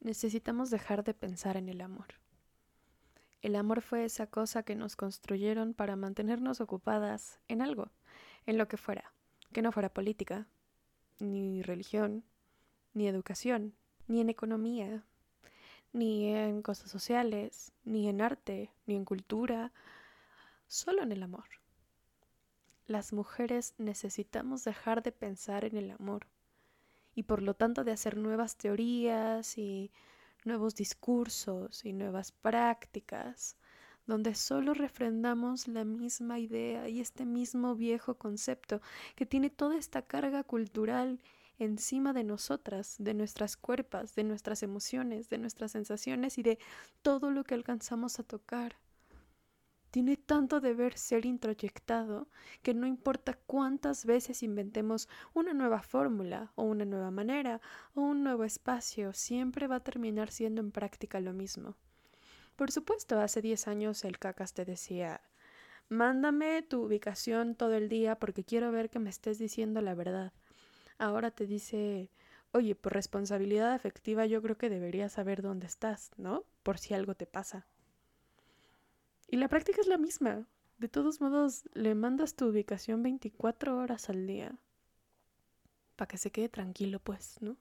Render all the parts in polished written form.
Necesitamos dejar de pensar en el amor. El amor fue esa cosa que nos construyeron para mantenernos ocupadas en algo, en lo que no fuera política, ni religión, ni educación, ni en economía, ni en cosas sociales, ni en arte, ni en cultura, solo en el amor. Las mujeres necesitamos dejar de pensar en el amor y por lo tanto de hacer nuevas teorías y nuevos discursos y nuevas prácticas, donde solo refrendamos la misma idea y este mismo viejo concepto que tiene toda esta carga cultural encima de nosotras, de nuestras cuerpos, de nuestras emociones, de nuestras sensaciones y de todo lo que alcanzamos a tocar. Tiene tanto deber ser introyectado que no importa cuántas veces inventemos una nueva fórmula o una nueva manera o un nuevo espacio, siempre va a terminar siendo en práctica lo mismo. Por supuesto, hace 10 años el cacas te decía, mándame tu ubicación todo el día porque quiero ver que me estés diciendo la verdad. Ahora te dice, oye, por responsabilidad afectiva yo creo que deberías saber dónde estás, ¿no? Por si algo te pasa. Y la práctica es la misma. De todos modos, le mandas tu ubicación 24 horas al día. Para que se quede tranquilo, pues, ¿no?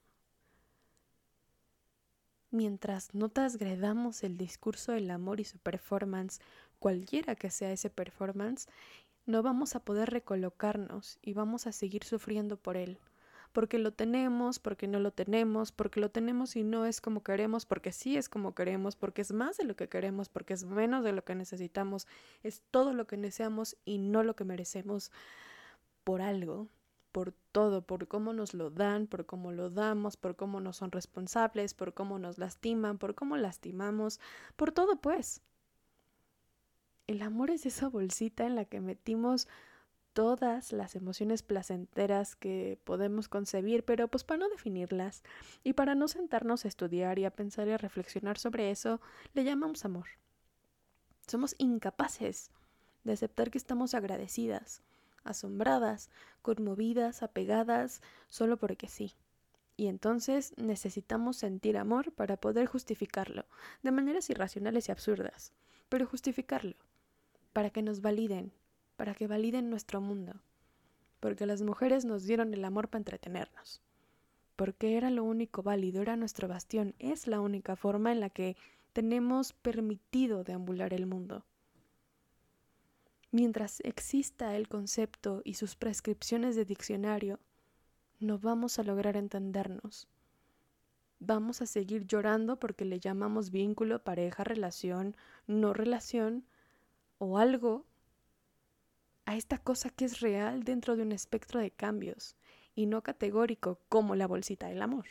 Mientras no transgredamos el discurso del amor y su performance, cualquiera que sea ese performance, no vamos a poder recolocarnos y vamos a seguir sufriendo por él. Porque lo tenemos, porque no lo tenemos, porque lo tenemos y no es como queremos, porque sí es como queremos, porque es más de lo que queremos, porque es menos de lo que necesitamos, es todo lo que deseamos y no lo que merecemos por algo, por todo, por cómo nos lo dan, por cómo lo damos, por cómo no son responsables, por cómo nos lastiman, por cómo lastimamos, por todo pues. El amor es esa bolsita en la que metimos todas las emociones placenteras que podemos concebir, pero pues para no definirlas y para no sentarnos a estudiar y a pensar y a reflexionar sobre eso, le llamamos amor. Somos incapaces de aceptar que estamos agradecidas, asombradas, conmovidas, apegadas, solo porque sí. Y entonces necesitamos sentir amor para poder justificarlo, de maneras irracionales y absurdas, pero justificarlo, para que nos validen, para que validen nuestro mundo, porque las mujeres nos dieron el amor para entretenernos, porque era lo único válido, era nuestro bastión, es la única forma en la que tenemos permitido deambular el mundo. Mientras exista el concepto y sus prescripciones de diccionario, no vamos a lograr entendernos. Vamos a seguir llorando porque le llamamos vínculo, pareja, relación, no relación o algo a esta cosa que es real dentro de un espectro de cambios y no categórico como la bolsita del amor.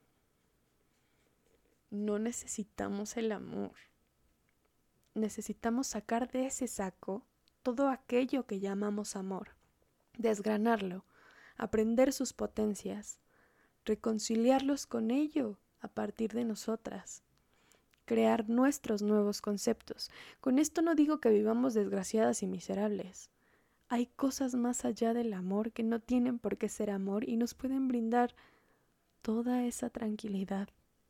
No necesitamos el amor. Necesitamos sacar de ese saco todo aquello que llamamos amor, desgranarlo, aprender sus potencias, reconciliarlos con ello a partir de nosotras, crear nuestros nuevos conceptos. Con esto no digo que vivamos desgraciadas y miserables. Hay cosas más allá del amor que no tienen por qué ser amor y nos pueden brindar toda esa tranquilidad.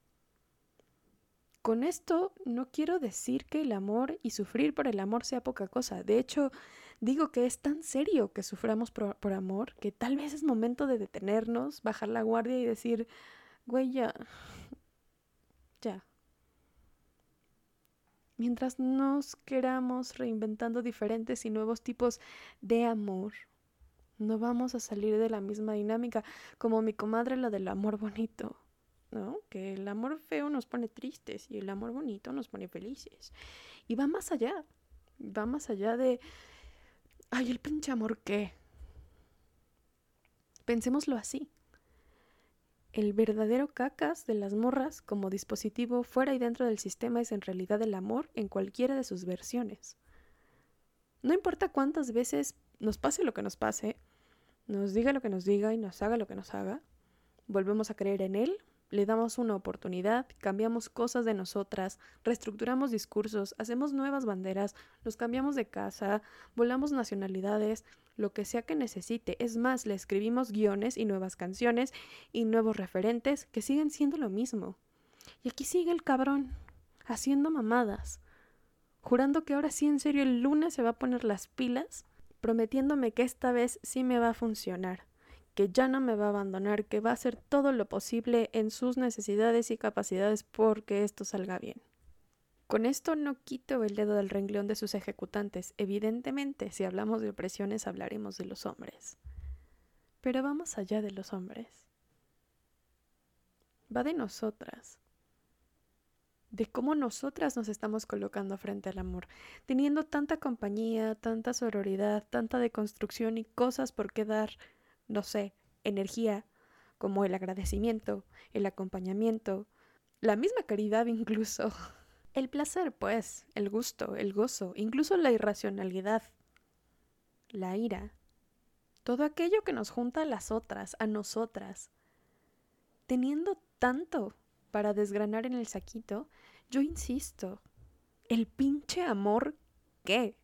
Con esto no quiero decir que el amor y sufrir por el amor sea poca cosa. De hecho, digo que es tan serio que suframos por amor que tal vez es momento de detenernos, bajar la guardia y decir, güey, ya. Mientras nos queramos reinventando diferentes y nuevos tipos de amor, no vamos a salir de la misma dinámica como mi comadre la del amor bonito, ¿no? Que el amor feo nos pone tristes y el amor bonito nos pone felices. Y va más allá de, ay, el pinche amor qué. Pensémoslo así. El verdadero cacas de las morras como dispositivo fuera y dentro del sistema es en realidad el amor en cualquiera de sus versiones. No importa cuántas veces nos pase lo que nos pase, nos diga lo que nos diga y nos haga lo que nos haga, volvemos a creer en él, le damos una oportunidad, cambiamos cosas de nosotras, reestructuramos discursos, hacemos nuevas banderas, nos cambiamos de casa, volamos nacionalidades, lo que sea que necesite. Es más, le escribimos guiones y nuevas canciones y nuevos referentes que siguen siendo lo mismo. Y aquí sigue el cabrón, haciendo mamadas, jurando que ahora sí en serio el lunes se va a poner las pilas, prometiéndome que esta vez sí me va a funcionar, que ya no me va a abandonar, que va a hacer todo lo posible en sus necesidades y capacidades porque esto salga bien. Con esto no quito el dedo del renglón de sus ejecutantes. Evidentemente, si hablamos de opresiones, hablaremos de los hombres. Pero vamos allá de los hombres. Va de nosotras. De cómo nosotras nos estamos colocando frente al amor, teniendo tanta compañía, tanta sororidad, tanta deconstrucción y cosas por qué dar, no sé, energía, como el agradecimiento, el acompañamiento, la misma caridad incluso. El placer, pues, el gusto, el gozo, incluso la irracionalidad, la ira, todo aquello que nos junta a las otras, a nosotras. Teniendo tanto para desgranar en el saquito, yo insisto, ¿el pinche amor qué?